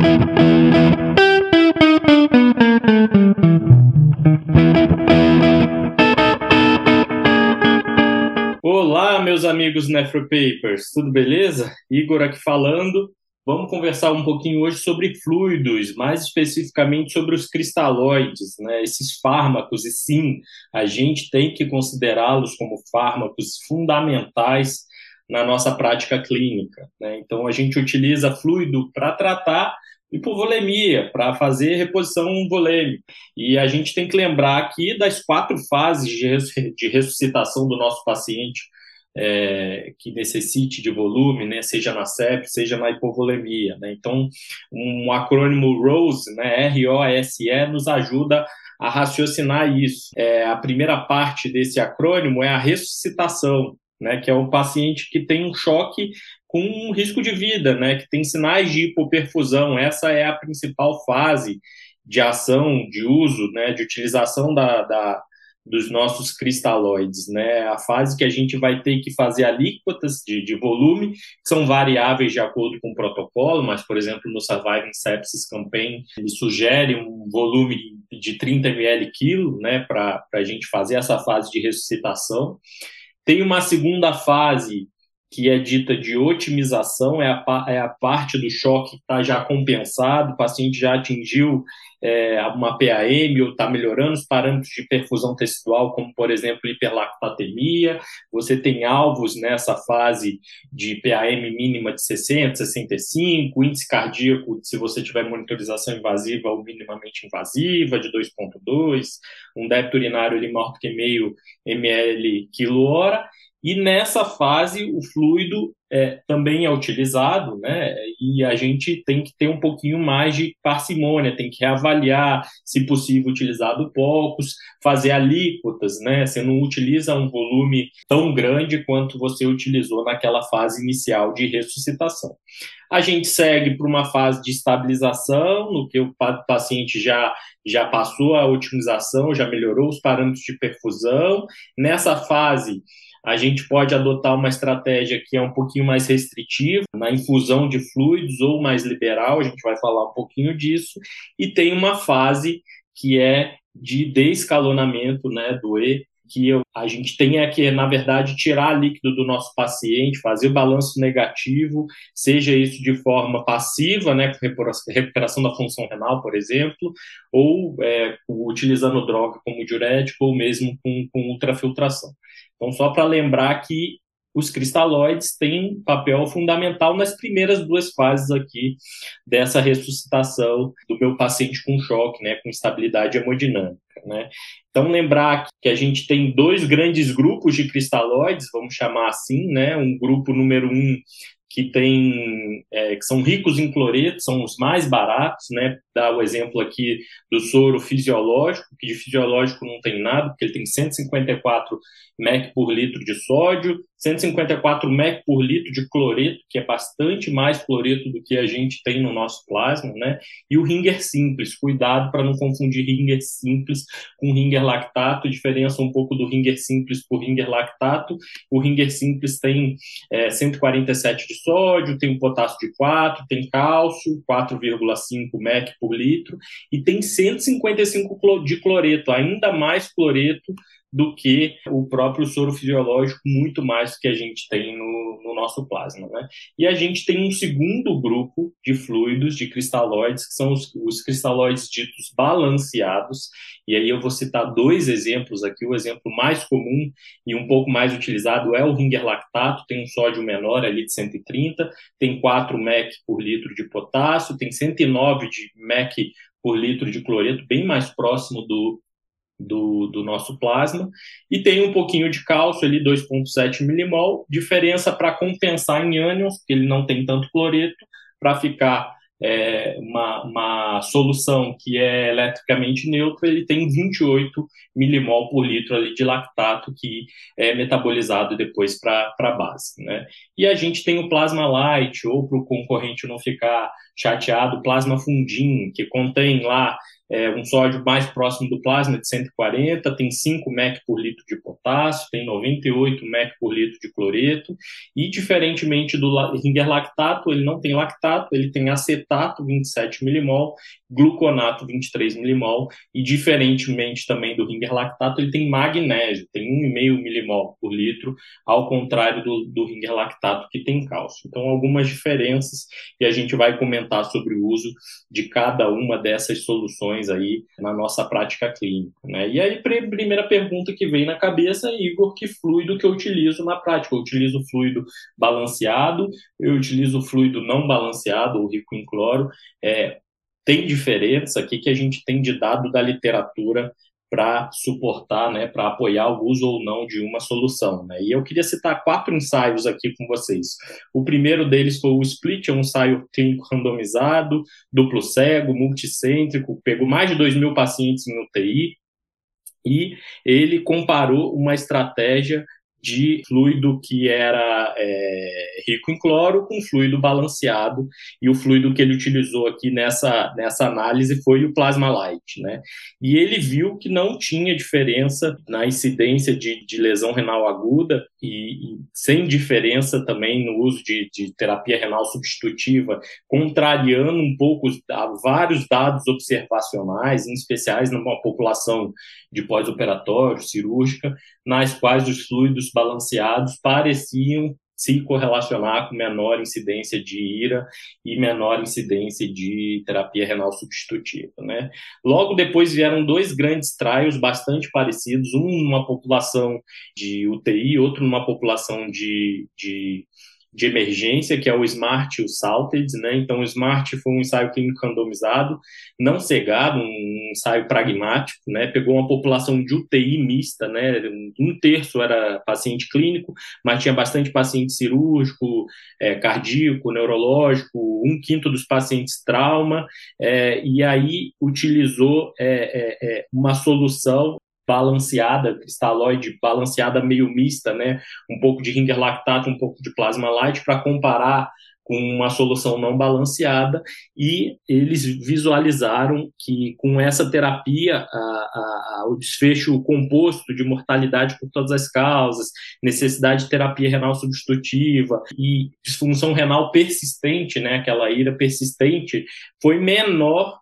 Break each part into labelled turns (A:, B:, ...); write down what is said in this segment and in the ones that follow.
A: Olá, meus amigos Nefropapers, tudo beleza? Igor aqui falando. Vamos conversar um pouquinho hoje sobre fluidos, mais especificamente sobre os cristalóides, né? Esses fármacos, e sim, a gente tem que considerá-los como fármacos fundamentais na nossa prática clínica, né? Então, a gente utiliza fluido para tratar hipovolemia, para fazer reposição volêmica. E a gente tem que lembrar aqui das 4 fases de ressuscitação do nosso paciente que necessite de volume, né, seja na sepse, seja na hipovolemia, né? Então, um acrônimo ROSE, né, ROSE, nos ajuda a raciocinar isso. A primeira parte desse acrônimo é a ressuscitação, né, que é o paciente que tem um choque com um risco de vida, né, que tem sinais de hipoperfusão. Essa é a principal fase de ação, de uso, né, de utilização dos nossos cristalóides, né? A fase que a gente vai ter que fazer alíquotas de volume, que são variáveis de acordo com o protocolo, mas, por exemplo, no Surviving Sepsis Campaign, ele sugere um volume de 30 ml quilo, né, para a gente fazer essa fase de ressuscitação. Tem uma segunda fase que é dita de otimização, é a parte do choque que está já compensado, o paciente já atingiu uma PAM ou está melhorando os parâmetros de perfusão tecidual, como, por exemplo, hiperlactatemia. Você tem alvos nessa fase de PAM mínima de 60, 65, índice cardíaco, se você tiver monitorização invasiva ou minimamente invasiva, de 2,2, um débito urinário ali maior do que meio ml quilo-hora. E nessa fase, o fluido também é utilizado, né? E a gente tem que ter um pouquinho mais de parcimônia, tem que reavaliar, se possível, utilizado poucos, fazer alíquotas, né? Você não utiliza um volume tão grande quanto você utilizou naquela fase inicial de ressuscitação. A gente segue para uma fase de estabilização, no que o paciente já passou a otimização, já melhorou os parâmetros de perfusão. Nessa fase, a gente pode adotar uma estratégia que é um pouquinho mais restritiva, na infusão de fluidos, ou mais liberal, a gente vai falar um pouquinho disso, e tem uma fase que é de descalonamento, né, do E, que a gente tem que, na verdade, tirar líquido do nosso paciente, fazer o balanço negativo, seja isso de forma passiva, né, com recuperação da função renal, por exemplo, ou utilizando droga como diurético, ou mesmo com ultrafiltração. Então, só para lembrar que os cristalóides têm um papel fundamental nas primeiras 2 fases aqui dessa ressuscitação do meu paciente com choque, né, com instabilidade hemodinâmica, né? Então, lembrar que a gente tem 2 grandes grupos de cristalóides, vamos chamar assim, né? Um grupo número 1 que são ricos em cloreto, são os mais baratos, né? Dá o exemplo aqui do soro fisiológico, que de fisiológico não tem nada, porque ele tem 154 mEq por litro de sódio, 154 mEq por litro de cloreto, que é bastante mais cloreto do que a gente tem no nosso plasma, né? E o Ringer simples, cuidado para não confundir Ringer simples com Ringer lactato, diferença um pouco do Ringer simples por Ringer lactato. O Ringer simples tem 147 de sódio, tem um potássio de 4, tem cálcio, 4,5 mEq por litro, e tem 155 de cloreto, ainda mais cloreto do que o próprio soro fisiológico, muito mais do que a gente tem no nosso plasma, né? E a gente tem um segundo grupo de fluidos, de cristalóides, que são os cristalóides ditos balanceados, e aí eu vou citar 2 exemplos aqui. O exemplo mais comum e um pouco mais utilizado é o Ringer lactato, tem um sódio menor ali de 130, tem 4 mEq por litro de potássio, tem 109 de mEq por litro de cloreto, bem mais próximo do nosso plasma, e tem um pouquinho de cálcio ali, 2,7 milimol, diferença para compensar em ânions, porque ele não tem tanto cloreto, para ficar uma solução que é eletricamente neutra, ele tem 28 milimol por litro ali de lactato, que é metabolizado depois para a base, né? E a gente tem o plasma light, ou para o concorrente não ficar chateado plasma fundim, que contém lá um sódio mais próximo do plasma de 140, tem 5 mEq por litro de potássio, tem 98 mEq por litro de cloreto, e diferentemente do Ringer lactato, ele não tem lactato, ele tem acetato 27 milimol, gluconato 23 milimol, e diferentemente também do Ringer lactato, ele tem magnésio, tem 1,5 milimol por litro, ao contrário do Ringer lactato, que tem cálcio. Então, algumas diferenças, e a gente vai comentar sobre o uso de cada uma dessas soluções aí na nossa prática clínica, né? E aí, primeira pergunta que vem na cabeça, Igor, que fluido que eu utilizo na prática? Eu utilizo fluido balanceado, eu utilizo fluido não balanceado, ou rico em cloro. Tem diferença? O que a gente tem de dado da literatura para suportar, né, para apoiar o uso ou não de uma solução, né? E eu queria citar 4 ensaios aqui com vocês. O primeiro deles foi o SPLIT, é um ensaio clínico randomizado, duplo cego, multicêntrico, pegou mais de 2.000 pacientes em UTI, e ele comparou uma estratégia de fluido que era rico em cloro com fluido balanceado, e o fluido que ele utilizou aqui nessa análise foi o Plasma Light, né? E ele viu que não tinha diferença na incidência de lesão renal aguda e sem diferença também no uso de terapia renal substitutiva, contrariando um pouco vários dados observacionais, em especiais numa população de pós-operatório, cirúrgica, nas quais os fluidos balanceados pareciam se correlacionar com menor incidência de IRA e menor incidência de terapia renal substitutiva, né? Logo depois vieram 2 grandes trials bastante parecidos, um numa população de UTI, outro numa população de emergência, que é o SMART e o SALTED, né? Então, o SMART foi um ensaio clínico randomizado, não cegado, um ensaio pragmático, né? Pegou uma população de UTI mista, né? 1/3 era paciente clínico, mas tinha bastante paciente cirúrgico, cardíaco, neurológico, 1/5 dos pacientes trauma, e aí utilizou uma solução balanceada, cristalóide balanceada meio mista, né? Um pouco de Ringer lactato, um pouco de Plasma Light, para comparar com uma solução não balanceada, e eles visualizaram que com essa terapia o desfecho composto de mortalidade por todas as causas, necessidade de terapia renal substitutiva e disfunção renal persistente, né, aquela IRA persistente, foi menor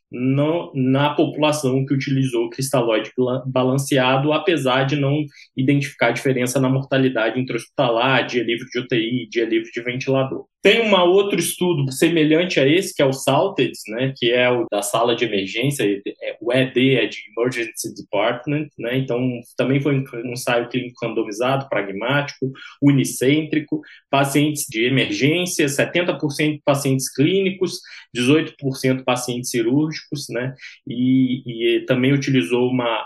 A: na população que utilizou o cristalóide balanceado, apesar de não identificar diferença na mortalidade intra-hospitalar, dia livre de UTI, dia livre de ventilador. Tem um outro estudo semelhante a esse, que é o SALTED, né, que é o da sala de emergência, o ED é de Emergency Department, né, então também foi um ensaio clínico randomizado, pragmático, unicêntrico, pacientes de emergência, 70% pacientes clínicos, 18% pacientes cirúrgicos, né, e também utilizou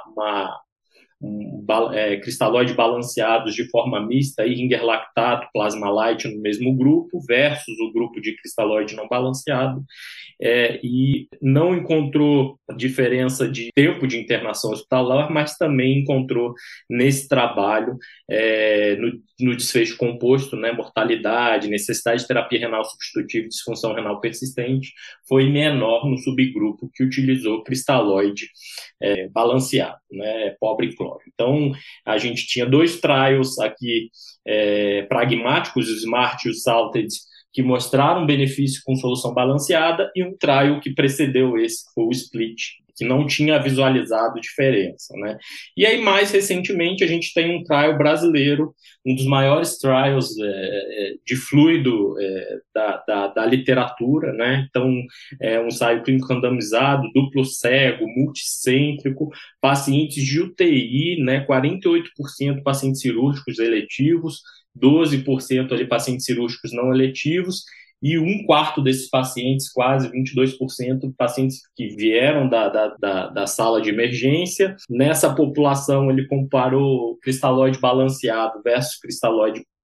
A: cristalóide balanceados de forma mista, Ringer lactato, Plasma Light no mesmo grupo, versus o grupo de cristalóide não balanceado, e não encontrou diferença de tempo de internação hospitalar, mas também encontrou nesse trabalho, no desfecho composto, né, mortalidade, necessidade de terapia renal substitutiva e disfunção renal persistente, foi menor no subgrupo que utilizou cristalóide balanceado, né, pobre em cloro. Então, a gente tinha 2 trials aqui pragmáticos, o SMART e o SALTED, que mostraram benefício com solução balanceada, e um trial que precedeu esse, que foi o SPLIT, que não tinha visualizado diferença, né? E aí, mais recentemente, a gente tem um trial brasileiro, um dos maiores trials de fluido da literatura, né? Então, um ensaio clínico randomizado, duplo cego, multicêntrico, pacientes de UTI, né? 48% pacientes cirúrgicos eletivos, 12% ali pacientes cirúrgicos não eletivos, e 1/4 desses pacientes, quase 22%, pacientes que vieram da sala de emergência. Nessa população, ele comparou cristalóide balanceado versus cristalóide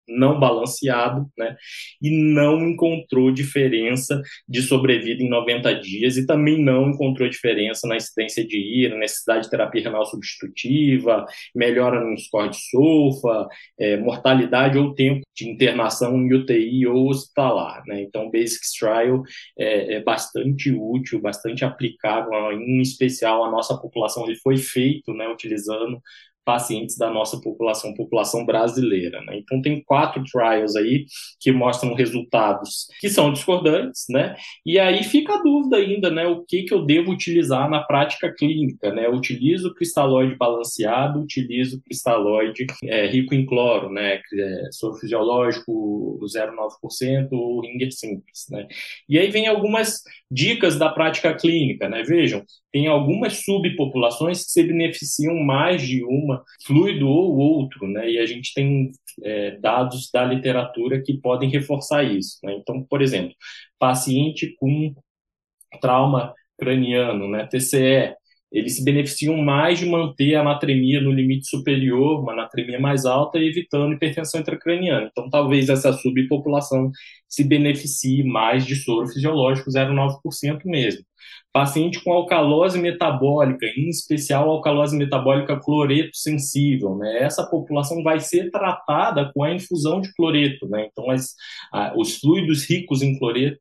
A: não balanceado, né? E não encontrou diferença de sobrevida em 90 dias e também não encontrou diferença na incidência de IRA, necessidade de terapia renal substitutiva, melhora no score de SOFA, mortalidade ou tempo de internação em UTI ou hospitalar, né? Então, o Basics Trial é bastante útil, bastante aplicável, em especial a nossa população. Ele foi feito, né, utilizando pacientes da nossa população brasileira, né? Então tem 4 trials aí que mostram resultados que são discordantes, né? E aí fica a dúvida ainda, né? O que eu devo utilizar na prática clínica, né? Eu utilizo o cristalóide balanceado, utilizo o cristalóide rico em cloro, né? Soro fisiológico 0,9% ou ringer simples, né? E aí vem algumas dicas da prática clínica, né? Vejam, tem algumas subpopulações que se beneficiam mais de uma fluido ou outro, né? E a gente tem dados da literatura que podem reforçar isso, né? Então, por exemplo, paciente com trauma craniano, né, TCE, eles se beneficiam mais de manter a anatremia no limite superior, uma anatremia mais alta, evitando hipertensão intracraniana. Então, talvez essa subpopulação se beneficie mais de soro fisiológico 0,9% mesmo. Paciente com alcalose metabólica, em especial alcalose metabólica cloreto sensível, né? Essa população vai ser tratada com a infusão de cloreto, né? Então, os fluidos ricos em cloreto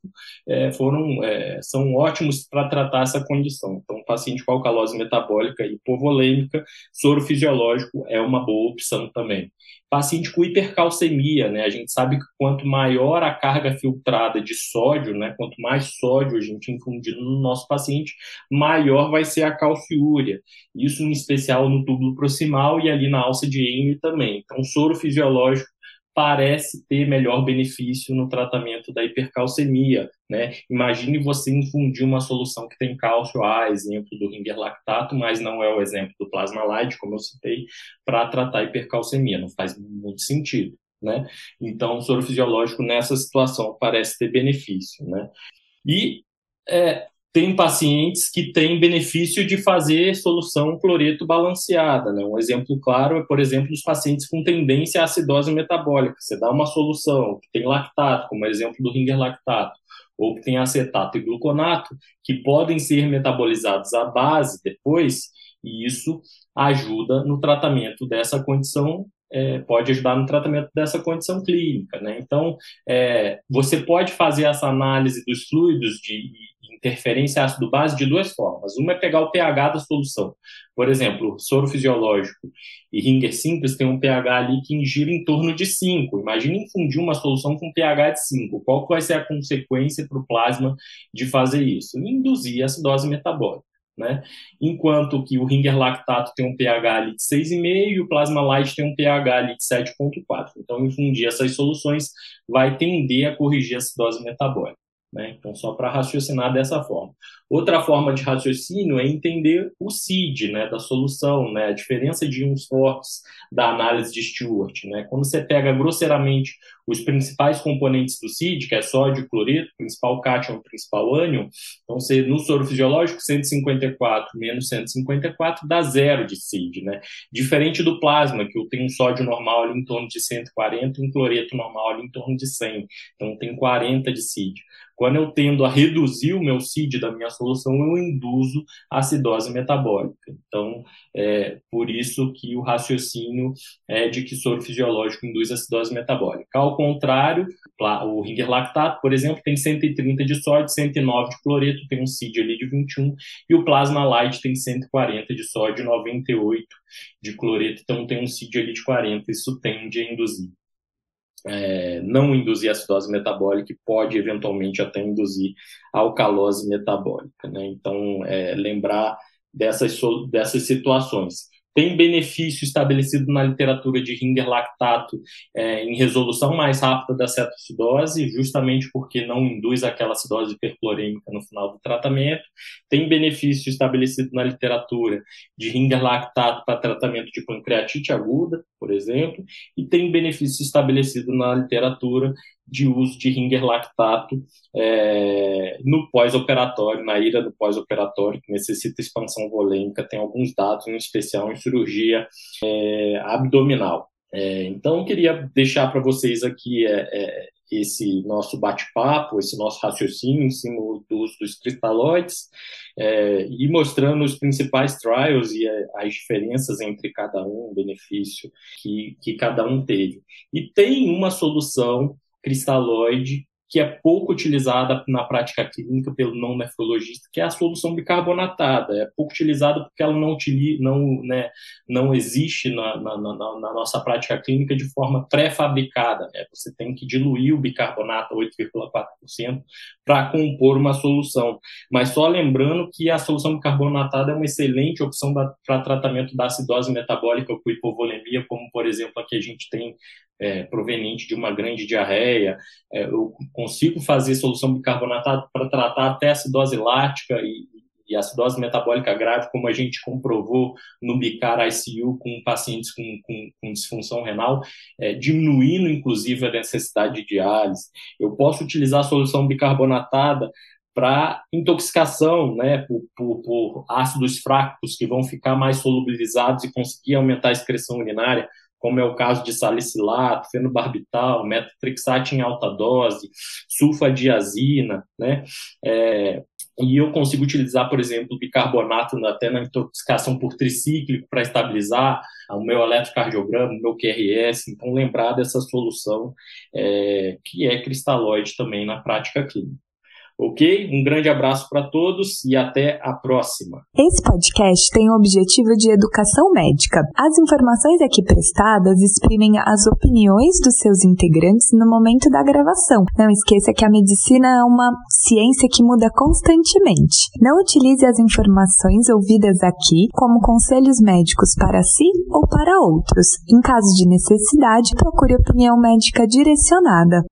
A: são ótimos para tratar essa condição. Então, paciente com alcalose metabólica hipovolêmica, soro fisiológico é uma boa opção também. Paciente com hipercalcemia, né? A gente sabe que quanto maior a carga filtrada de sódio, né? Quanto mais sódio a gente infundir no nosso paciente, maior vai ser a calciúria. Isso em especial no túbulo proximal e ali na alça de Henle também. Então, soro fisiológico parece ter melhor benefício no tratamento da hipercalcemia, né? Imagine você infundir uma solução que tem cálcio, exemplo do ringer lactato, mas não é o exemplo do Plasma-Lyte, como eu citei, para tratar hipercalcemia, não faz muito sentido, né? Então, o soro fisiológico nessa situação parece ter benefício, né? E tem pacientes que têm benefício de fazer solução cloreto balanceada, né? Um exemplo claro é, por exemplo, os pacientes com tendência à acidose metabólica. Você dá uma solução que tem lactato, como o exemplo do ringer lactato, ou que tem acetato e gluconato, que podem ser metabolizados à base depois, e isso ajuda no tratamento dessa condição, pode ajudar no tratamento dessa condição clínica, né? Então, você pode fazer essa análise dos fluidos de interferência ácido-base de 2 formas. Uma é pegar o pH da solução. Por exemplo, soro fisiológico e ringer simples tem um pH ali que gira em torno de 5. Imagine infundir uma solução com pH de 5. Qual vai ser a consequência para o plasma de fazer isso? Induzir a acidose metabólica, né? Enquanto que o ringer lactato tem um pH ali de 6,5 e o Plasma-Lyte tem um pH ali de 7,4. Então, infundir essas soluções vai tender a corrigir a acidose metabólica, né? Então, só para raciocinar dessa forma. Outra forma de raciocínio é entender o CID, né, da solução, né, a diferença de íons fortes da análise de Stewart, né? Quando você pega grosseiramente os principais componentes do CID, que é sódio e cloreto, principal cátion, principal ânion, então você, no soro fisiológico, 154 menos 154 dá 0 de CID, né? Diferente do plasma, que eu tenho um sódio normal ali em torno de 140 e um cloreto normal ali em torno de 100. Então tem 40 de CID. Quando eu tendo a reduzir o meu CID da minha solução, eu induzo a acidose metabólica. Então, por isso que o raciocínio é de que soro fisiológico induz a acidose metabólica. Ao contrário, o ringer lactato, por exemplo, tem 130 de sódio, 109 de cloreto, tem um CID ali de 21, e o Plasma-Lyte tem 140 de sódio, 98 de cloreto, então tem um CID ali de 40, isso tende a induzir. Não induzir acidose metabólica e pode eventualmente até induzir alcalose metabólica, né? Então, lembrar dessas situações. Tem benefício estabelecido na literatura de ringer lactato em resolução mais rápida da cetoacidose, justamente porque não induz aquela acidose hiperclorêmica no final do tratamento. Tem benefício estabelecido na literatura de ringer lactato para tratamento de pancreatite aguda, por exemplo, e tem benefício estabelecido na literatura de uso de ringer lactato no pós-operatório, na ira do pós-operatório, que necessita expansão volêmica, tem alguns dados, em especial em cirurgia abdominal. Então, eu queria deixar para vocês aqui esse nosso bate-papo, esse nosso raciocínio em cima do uso dos cristalóides, e mostrando os principais trials e as diferenças entre cada um, o benefício que cada um teve. E tem uma solução cristalóide que é pouco utilizada na prática clínica pelo não-nefrologista, que é a solução bicarbonatada. É pouco utilizada porque ela não existe na nossa prática clínica de forma pré-fabricada. Você tem que diluir o bicarbonato a 8,4% para compor uma solução. Mas só lembrando que a solução bicarbonatada é uma excelente opção para tratamento da acidose metabólica com hipovolemia, como, por exemplo, a que a gente tem proveniente de uma grande diarreia. Eu consigo fazer solução bicarbonatada para tratar até acidose lática e acidose metabólica grave, como a gente comprovou no Bicar ICU com pacientes com disfunção renal, diminuindo, inclusive, a necessidade de diálise. Eu posso utilizar a solução bicarbonatada para intoxicação, né, por ácidos fracos que vão ficar mais solubilizados e conseguir aumentar a excreção urinária, como é o caso de salicilato, fenobarbital, metotrexate em alta dose, sulfadiazina, né? E eu consigo utilizar, por exemplo, bicarbonato até na intoxicação por tricíclico para estabilizar o meu eletrocardiograma, o meu QRS. Então, lembrar dessa solução que é cristalóide também na prática clínica. Ok? Um grande abraço para todos e até a próxima.
B: Esse podcast tem o objetivo de educação médica. As informações aqui prestadas exprimem as opiniões dos seus integrantes no momento da gravação. Não esqueça que a medicina é uma ciência que muda constantemente. Não utilize as informações ouvidas aqui como conselhos médicos para si ou para outros. Em caso de necessidade, procure opinião médica direcionada.